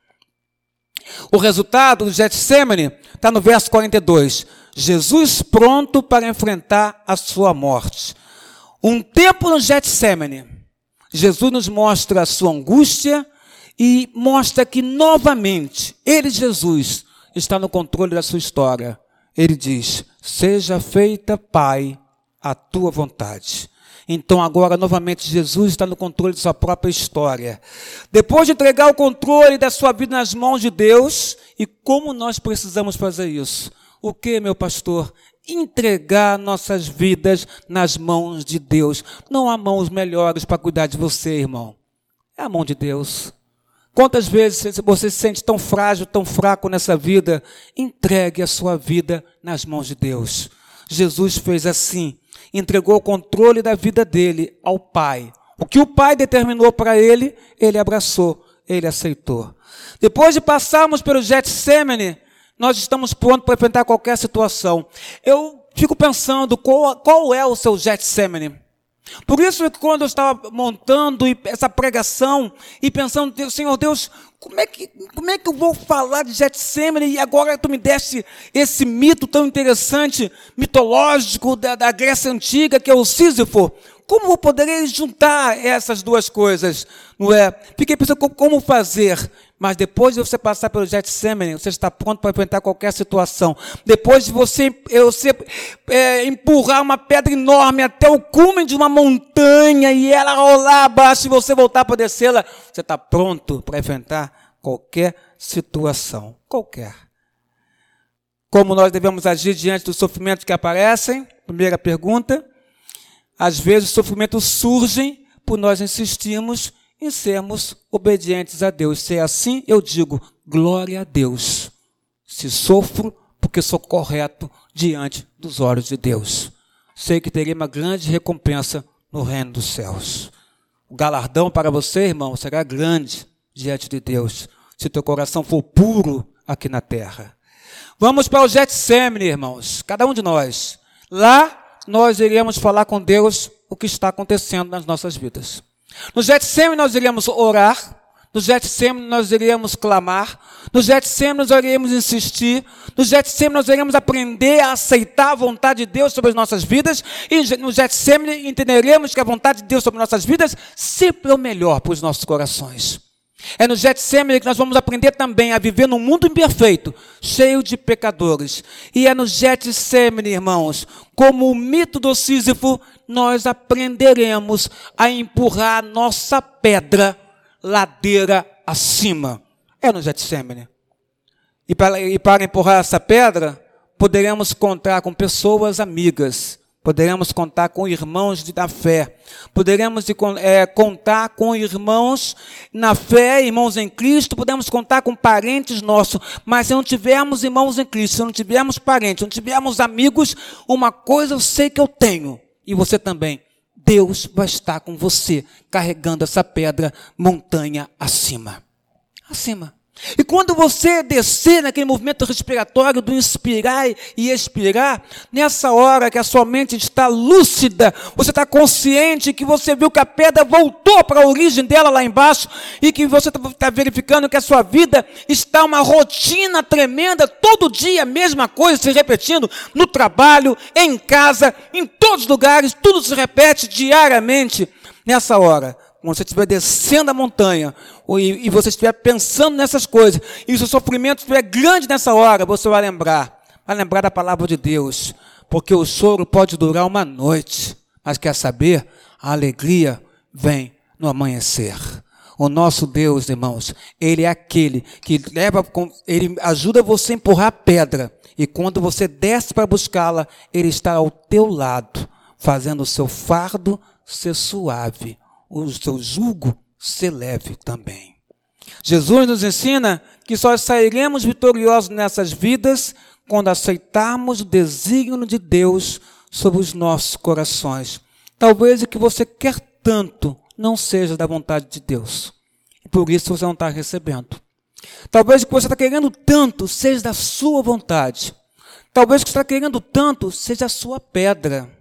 O resultado do Getsêmani está no verso 42. Jesus pronto para enfrentar a sua morte. Um tempo no Getsêmani, Jesus nos mostra a sua angústia e mostra que novamente, Ele, Jesus, está no controle da sua história. Ele diz, seja feita, Pai, a tua vontade. Então agora novamente Jesus está no controle de sua própria história. Depois de entregar o controle da sua vida nas mãos de Deus, e como nós precisamos fazer isso? O que, meu pastor? Entregar nossas vidas nas mãos de Deus. Não há mãos melhores para cuidar de você, irmão. É a mão de Deus. Quantas vezes você se sente tão frágil, tão fraco nessa vida? Entregue a sua vida nas mãos de Deus. Jesus fez assim, entregou o controle da vida dele ao Pai. O que o Pai determinou para ele, ele abraçou, ele aceitou. Depois de passarmos pelo Getsêmani, nós estamos prontos para enfrentar qualquer situação. Eu fico pensando qual é o seu Getsêmani. Por isso que quando eu estava montando essa pregação e pensando, Senhor Deus, como é que eu vou falar de Getsêmani e agora tu me deste esse mito tão interessante, mitológico da Grécia Antiga, que é o Sísifo? Como eu poderia juntar essas duas coisas? Não é? Fiquei pensando como fazer. Mas depois de você passar pelo Getsêmani, você está pronto para enfrentar qualquer situação. Depois de você empurrar uma pedra enorme até o cume de uma montanha e ela rolar abaixo e você voltar para descê-la, você está pronto para enfrentar qualquer situação. Qualquer. Como nós devemos agir diante dos sofrimentos que aparecem? Primeira pergunta. Às vezes os sofrimentos surgem por nós insistirmos em sermos obedientes a Deus. Se é assim, eu digo, glória a Deus. Se sofro, porque sou correto diante dos olhos de Deus. Sei que terei uma grande recompensa no reino dos céus. O galardão para você, irmão, será grande diante de Deus, se teu coração for puro aqui na terra. Vamos para o Getsêmani, irmãos, cada um de nós. Lá, nós iremos falar com Deus o que está acontecendo nas nossas vidas. No Getsêmani nós iremos orar, no Getsêmani nós iremos clamar, no Getsêmani nós iremos insistir, no Getsêmani nós iremos aprender a aceitar a vontade de Deus sobre as nossas vidas, e no Getsêmani entenderemos que a vontade de Deus sobre nossas vidas sempre é o melhor para os nossos corações. É no Getsêmani que nós vamos aprender também a viver num mundo imperfeito, cheio de pecadores. E é no Getsêmani, irmãos, como o mito do Sísifo, nós aprenderemos a empurrar nossa pedra ladeira acima. É no Getsêmani. E para empurrar essa pedra, poderemos contar com pessoas amigas, poderemos contar com irmãos da fé, poderemos contar com irmãos na fé, irmãos em Cristo, podemos contar com parentes nossos, mas se não tivermos irmãos em Cristo, se não tivermos parentes, se não tivermos amigos, uma coisa eu sei que eu tenho, e você também, Deus vai estar com você, carregando essa pedra montanha acima. Acima. E quando você descer naquele movimento respiratório do inspirar e expirar, nessa hora que a sua mente está lúcida, você está consciente que você viu que a pedra voltou para a origem dela lá embaixo e que você está verificando que a sua vida está uma rotina tremenda, todo dia a mesma coisa se repetindo, no trabalho, em casa, em todos os lugares, tudo se repete diariamente. Nessa hora, quando você estiver descendo a montanha, e você estiver pensando nessas coisas, e o seu sofrimento estiver grande nessa hora, você vai lembrar da palavra de Deus, porque o choro pode durar uma noite, mas quer saber? A alegria vem no amanhecer. O nosso Deus, irmãos, Ele é aquele que Ele ajuda você a empurrar a pedra, e quando você desce para buscá-la, Ele está ao teu lado, fazendo o seu fardo ser suave, o seu jugo ser leve também. Jesus nos ensina que só sairemos vitoriosos nessas vidas quando aceitarmos o desígnio de Deus sobre os nossos corações. Talvez o que você quer tanto não seja da vontade de Deus, e por isso você não está recebendo. Talvez o que você está querendo tanto seja da sua vontade. Talvez o que você está querendo tanto seja a sua pedra,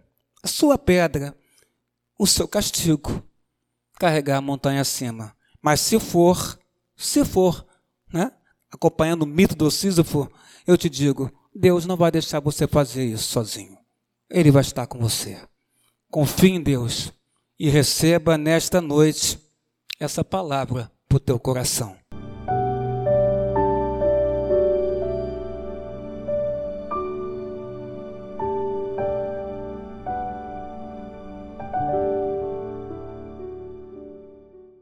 o seu castigo, carregar a montanha acima. Mas se for, né, acompanhando o mito do Sísifo, eu te digo, Deus não vai deixar você fazer isso sozinho. Ele vai estar com você. Confie em Deus e receba nesta noite essa palavra para o teu coração.